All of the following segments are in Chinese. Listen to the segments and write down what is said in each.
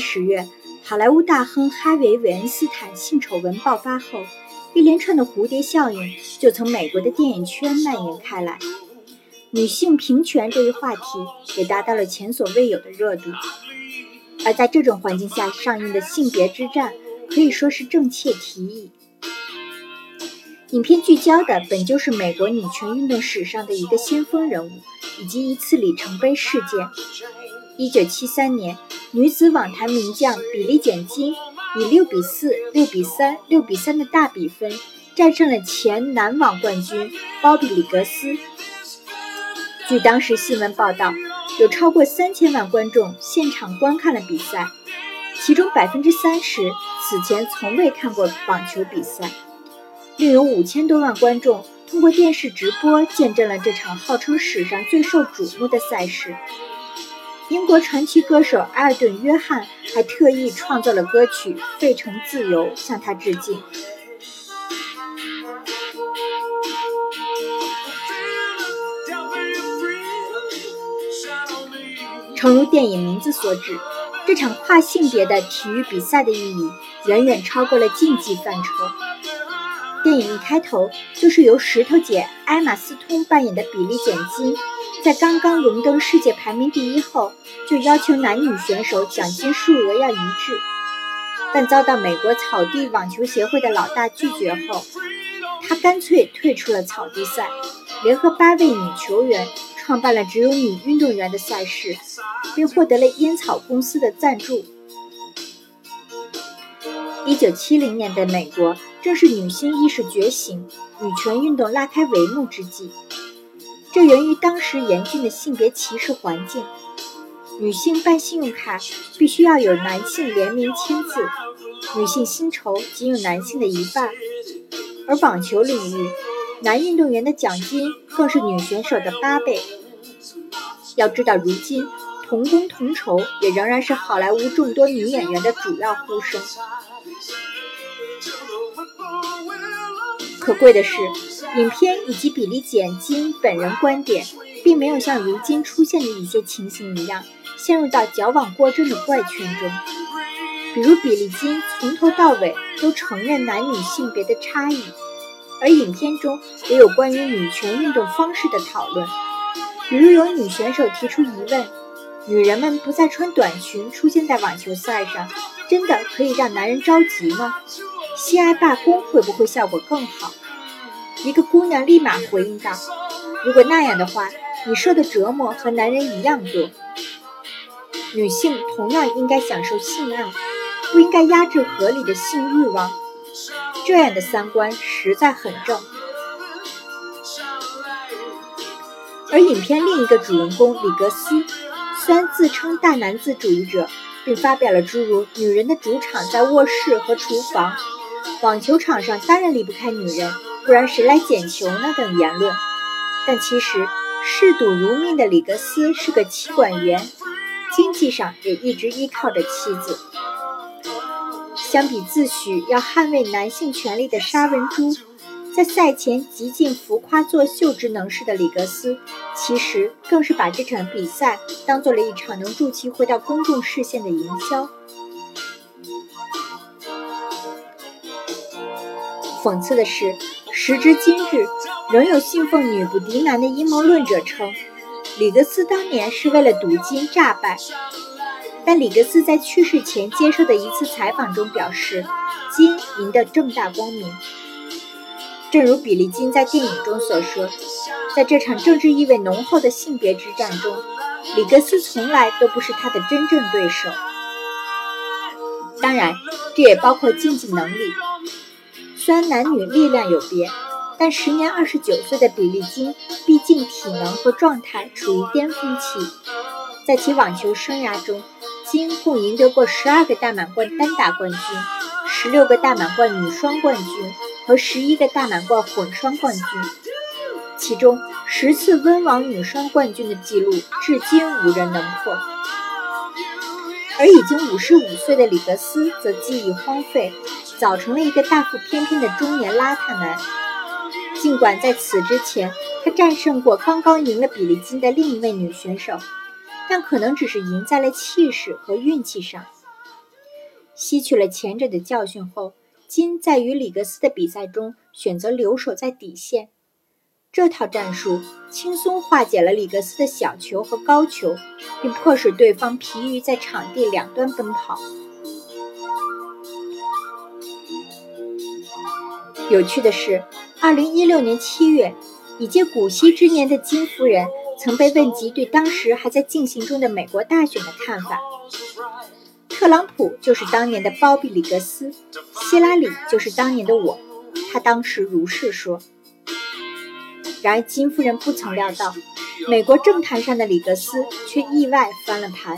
10月，好莱坞大亨哈维·韦恩斯坦性丑闻爆发后，一连串的蝴蝶效应就从美国的电影圈蔓延开来。女性平权这一话题也达到了前所未有的热度，而在这种环境下上映的《性别之战》可以说是正切题意。影片聚焦的本就是美国女权运动史上的一个先锋人物，以及一次里程碑事件。1973年，女子网坛名将比利·简金以6-4、6-3、6-3的大比分战胜了前男网冠军鲍比·里格斯。据当时新闻报道，有超过3000万观众现场观看了比赛，其中30%此前从未看过网球比赛。另有5000多万观众通过电视直播见证了这场号称史上最受瞩目的赛事。英国传奇歌手埃尔顿·约翰还特意创作了歌曲《费城自由》向他致敬。诚如电影名字所指，这场跨性别的体育比赛的意义远远超过了竞技范畴。电影一开头就是由石头姐艾玛斯通扮演的比利·简金，在刚刚荣登世界排名第1后，就要求男女选手奖金数额要一致，但遭到美国草地网球协会的老大拒绝后，他干脆退出了草地赛，联合8位女球员创办了只有女运动员的赛事，并获得了烟草公司的赞助。1970年的美国正是女性意识觉醒、女权运动拉开帷幕之际，这源于当时严峻的性别歧视环境。女性办信用卡必须要有男性联名签字，女性薪酬仅有男性的1半，而网球领域，男运动员的奖金更是女选手的8倍。要知道，如今同工同酬也仍然是好莱坞众多女演员的主要呼声。可贵的是，影片以及比利·简金本人观点并没有像如今出现的一些情形一样陷入到矫枉过正的怪圈中。比如比利金从头到尾都承认男女性别的差异，而影片中也有关于女权运动方式的讨论。比如有女选手提出疑问，女人们不再穿短裙出现在网球赛上，真的可以让男人着急吗？性爱罢工会不会效果更好？一个姑娘立马回应道，如果那样的话，你受的折磨和男人一样多。女性同样应该享受性爱，不应该压制合理的性欲望。这样的三观实在很正。而影片另一个主人公里格斯，虽然自称大男子主义者，并发表了诸如女人的主场在卧室和厨房，网球场上当然离不开女人，不然谁来捡球呢等言论，但其实嗜赌如命的里格斯是个妻管员，经济上也一直依靠着妻子。相比自诩要捍卫男性权利的沙文珠，在赛前极尽浮夸作秀之能事的里格斯，其实更是把这场比赛当做了一场能助其回到公众视线的营销。讽刺的是，时至今日，仍有信奉女不敌男的阴谋论者称，里格斯当年是为了赌金诈败。但里格斯在去世前接受的一次采访中表示，金赢得正大光明。正如比利金在电影中所说，在这场政治意味浓厚的性别之战中，里格斯从来都不是他的真正对手。当然，这也包括竞技能力。虽然男女力量有别，但时年29岁的比利金毕竟体能和状态处于巅峰期。在其网球生涯中，金共赢得过12个大满贯单打冠军、16个大满贯女双冠军和11个大满贯混双冠军，其中10次温网女双冠军的纪录至今无人能破。而已经55岁的里格斯则记忆荒废，早成了一个大腹翩翩的中年邋遢男。尽管在此之前他战胜过刚刚赢了比利金的另一位女选手，但可能只是赢在了气势和运气上。 吸取了前者的教训后，金在与里格斯的比赛中选择留守在底线。这套战术轻松化解了里格斯的小球和高球，并迫使对方疲于在场地两端奔跑。有趣的是，2016年7月，已届古稀之年的金夫人曾被问及对当时还在进行中的美国大选的看法。特朗普就是当年的鲍比·里格斯，希拉里就是当年的我，他当时如是说。然而金夫人不曾料到，美国政坛上的里格斯却意外翻了盘。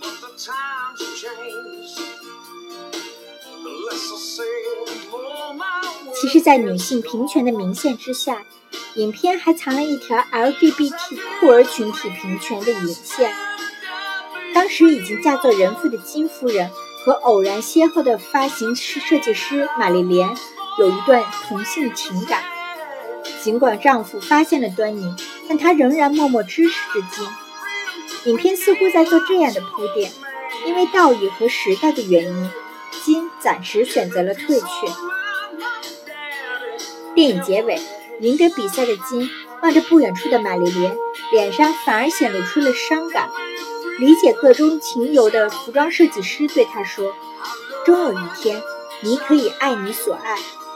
其实在女性平权的明线之下，影片还藏了一条 LGBT 酷儿群体平权的引线。当时已经嫁作人妇的金夫人和偶然邂逅的发型设计师玛丽莲有一段同性情感。尽管丈夫发现了端倪，但她仍然默默支持着金。影片似乎在做这样的铺垫，因为道义和时代的原因，金暂时选择了退却。电影结尾，赢得比赛的金望着不远处的玛丽莲，脸上反而显露出了伤感。理解各中情由的服装设计师对她说：“终有一天，你可以爱你所爱。”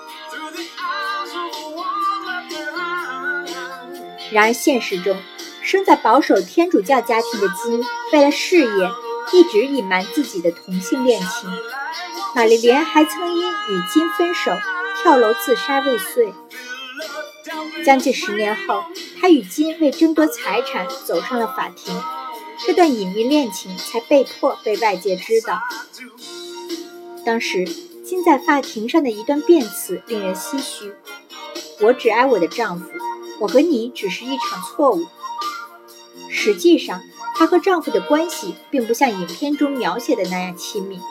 然而现实中，生在保守天主教家庭的金，为了事业一直隐瞒自己的同性恋情。玛丽莲还曾因与金分手跳楼自杀未遂。将近10年后，她与金为争夺财产走上了法庭，这段隐秘恋情才被迫被外界知道。当时金在法庭上的一段辩词令人唏嘘：“我只爱我的丈夫，我和你只是一场错误。”实际上，她和丈夫的关系并不像影片中描写的那样亲密。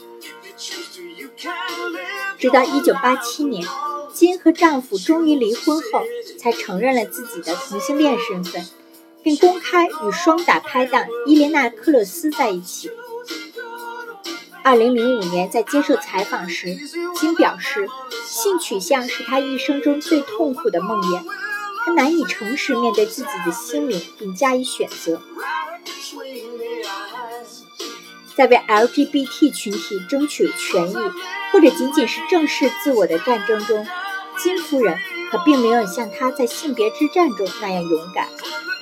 直到1987年，金和丈夫终于离婚后，才承认了自己的同性恋身份，并公开与双打拍档伊莲娜·克勒斯在一起。2005年在接受采访时，金表示，性取向是她一生中最痛苦的梦魇，她难以诚实面对自己的心灵并加以选择。在为 LGBT 群体争取权益或者仅仅是正视自我的战争中，金夫人可并没有像她在性别之战中那样勇敢。